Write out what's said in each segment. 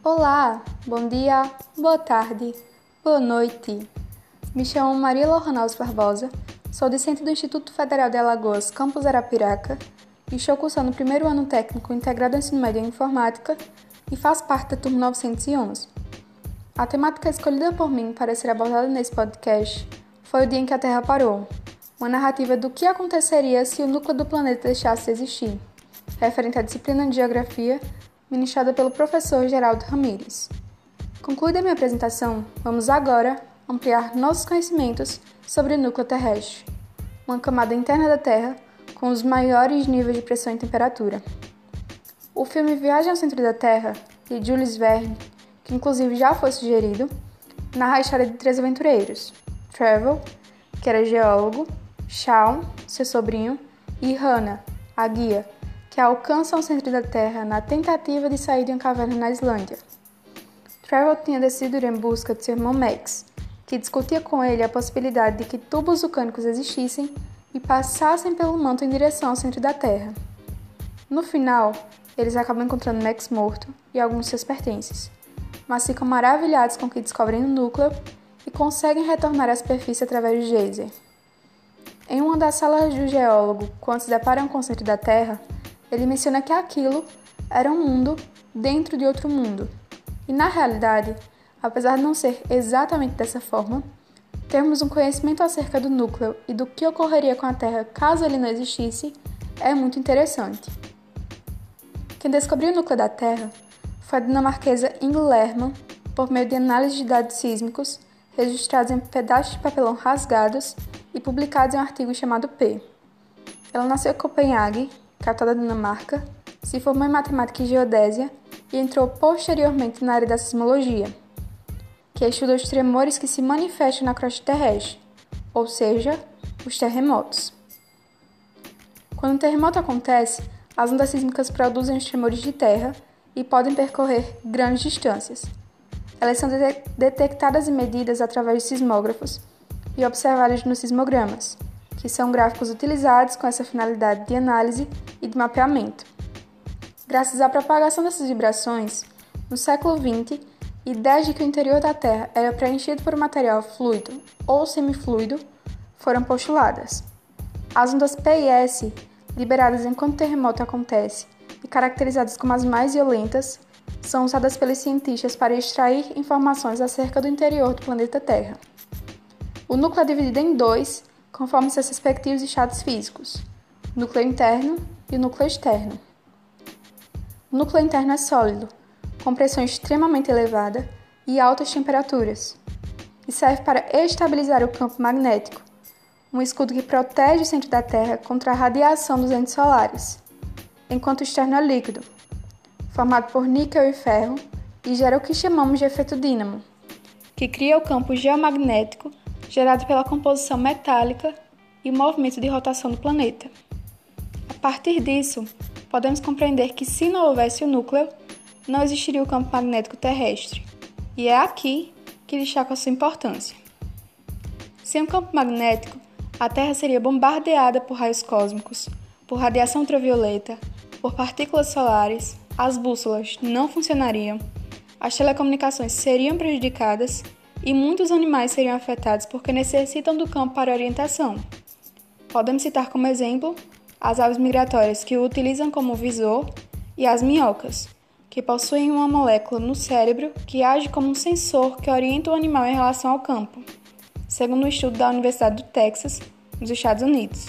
Olá, bom dia, boa tarde, boa noite. Me chamo Maria Lohana Alves Barbosa, sou discente do Instituto Federal de Alagoas, campus Arapiraca, e estou cursando o primeiro ano técnico integrado ao ensino médio em informática e faço parte da turma 911. A temática escolhida por mim para ser abordada nesse podcast foi o dia em que a Terra parou, uma narrativa do que aconteceria se o núcleo do planeta deixasse de existir, referente à disciplina de Geografia, ministrada pelo professor Geraldo Ramires. Concluída a minha apresentação, vamos agora ampliar nossos conhecimentos sobre o núcleo terrestre, uma camada interna da Terra com os maiores níveis de pressão e temperatura. O filme Viagem ao Centro da Terra, de Jules Verne, que inclusive já foi sugerido, narra a história de três aventureiros: Travel, que era geólogo, Shaun, seu sobrinho, e Hannah, a guia, que alcançam o centro da Terra na tentativa de sair de uma caverna na Islândia. Travel tinha decidido ir em busca de seu irmão Max, que discutia com ele a possibilidade de que tubos vulcânicos existissem e passassem pelo manto em direção ao centro da Terra. No final, eles acabam encontrando Max morto e alguns de seus pertences, mas ficam maravilhados com o que descobrem no núcleo e conseguem retornar à superfície através do geyser. Em uma das salas do geólogo, quando se deparam com o centro da Terra, ele menciona que aquilo era um mundo dentro de outro mundo. E na realidade, apesar de não ser exatamente dessa forma, termos um conhecimento acerca do núcleo e do que ocorreria com a Terra caso ele não existisse é muito interessante. Quem descobriu o núcleo da Terra foi a dinamarquesa Inge Lerman, por meio de análise de dados sísmicos registrados em pedaços de papelão rasgados e publicados em um artigo chamado P. Ela nasceu em Copenhague, capital da Dinamarca, se formou em matemática e geodésia e entrou posteriormente na área da sismologia, que estuda os tremores que se manifestam na crosta terrestre, ou seja, os terremotos. Quando um terremoto acontece, as ondas sísmicas produzem os tremores de terra e podem percorrer grandes distâncias. Elas são detectadas e medidas através de sismógrafos e observadas nos sismogramas, que são gráficos utilizados com essa finalidade de análise e de mapeamento. Graças à propagação dessas vibrações, no século XX, ideias de que o interior da Terra era preenchido por um material fluido ou semifluido foram postuladas. As ondas P e S, liberadas enquanto o terremoto acontece e caracterizadas como as mais violentas, são usadas pelos cientistas para extrair informações acerca do interior do planeta Terra. O núcleo é dividido em dois, conforme seus respectivos estados físicos: o núcleo interno e o núcleo externo. O núcleo interno é sólido, com pressão extremamente elevada e altas temperaturas, e serve para estabilizar o campo magnético, um escudo que protege o centro da Terra contra a radiação dos entes solares, enquanto o externo é líquido, formado por níquel e ferro, e gera o que chamamos de efeito dínamo, que cria o campo geomagnético gerado pela composição metálica e o movimento de rotação do planeta. A partir disso, podemos compreender que se não houvesse o núcleo, não existiria o campo magnético terrestre, e é aqui que destaca a sua importância. Sem um campo magnético, a Terra seria bombardeada por raios cósmicos, por radiação ultravioleta, por partículas solares, as bússolas não funcionariam, as telecomunicações seriam prejudicadas e muitos animais seriam afetados porque necessitam do campo para orientação. Podemos citar como exemplo as aves migratórias que o utilizam como visor e as minhocas, que possuem uma molécula no cérebro que age como um sensor que orienta o animal em relação ao campo, segundo um estudo da Universidade do Texas, nos Estados Unidos.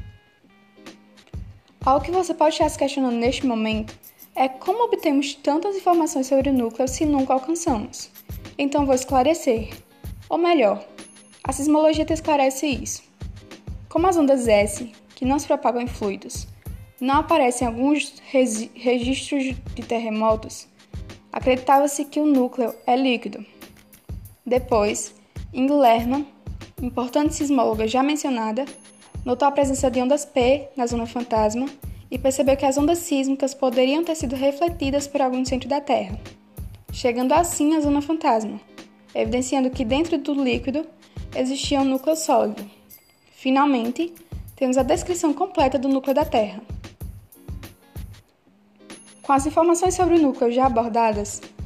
Algo que você pode estar se questionando neste momento é como obtemos tantas informações sobre o núcleo se nunca alcançamos. Então vou esclarecer. Ou melhor, a sismologia te esclarece isso. Como as ondas S, que não se propagam em fluidos, não aparecem em alguns registros de terremotos, acreditava-se que o núcleo é líquido. Depois, Inge Lerman, importante sismóloga já mencionada, notou a presença de ondas P na zona fantasma e percebeu que as ondas sísmicas poderiam ter sido refletidas por algum centro da Terra, chegando assim à zona fantasma, evidenciando que dentro do líquido existia um núcleo sólido. Finalmente, temos a descrição completa do núcleo da Terra. Com as informações sobre o núcleo já abordadas,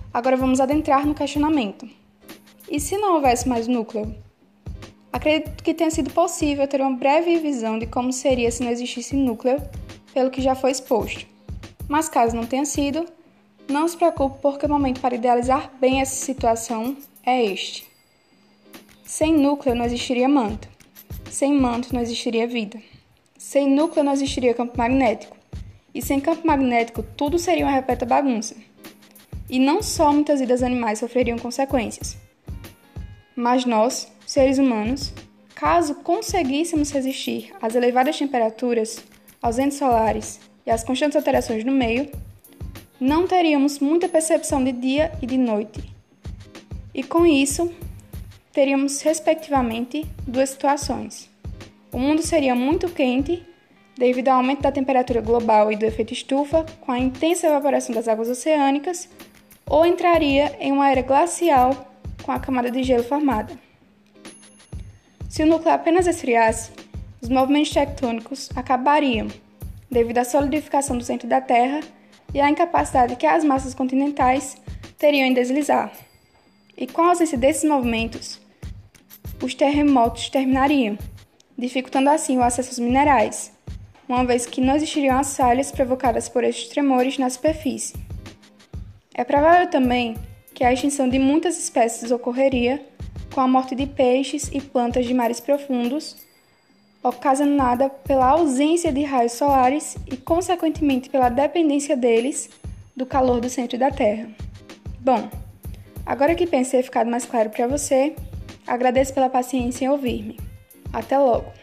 Agora vamos adentrar no questionamento. E se não houvesse mais núcleo? Acredito que tenha sido possível ter uma breve visão de como seria se não existisse núcleo, pelo que já foi exposto. Mas caso não tenha sido, não se preocupe porque o momento para idealizar bem essa situação é este. Sem núcleo não existiria manto. Sem manto não existiria vida. Sem núcleo não existiria campo magnético. E sem campo magnético tudo seria uma repleta bagunça. E não só muitas vidas animais sofreriam consequências, mas nós, seres humanos, caso conseguíssemos resistir às elevadas temperaturas, aos ventos solares e às constantes alterações no meio, não teríamos muita percepção de dia e de noite. E com isso, teríamos, respectivamente, duas situações. O mundo seria muito quente, devido ao aumento da temperatura global e do efeito estufa, com a intensa evaporação das águas oceânicas, ou entraria em uma era glacial, com a camada de gelo formada. Se o núcleo apenas esfriasse, os movimentos tectônicos acabariam, devido à solidificação do centro da Terra e à incapacidade que as massas continentais teriam em deslizar. E com a ausência desses movimentos, os terremotos terminariam, dificultando assim o acesso aos minerais, uma vez que não existiriam as falhas provocadas por estes tremores na superfície. É provável também que a extinção de muitas espécies ocorreria com a morte de peixes e plantas de mares profundos, ocasionada pela ausência de raios solares e, consequentemente, pela dependência deles do calor do centro da Terra. Bom, agora que pensei ter ficado mais claro para você, agradeço pela paciência em ouvir-me. Até logo!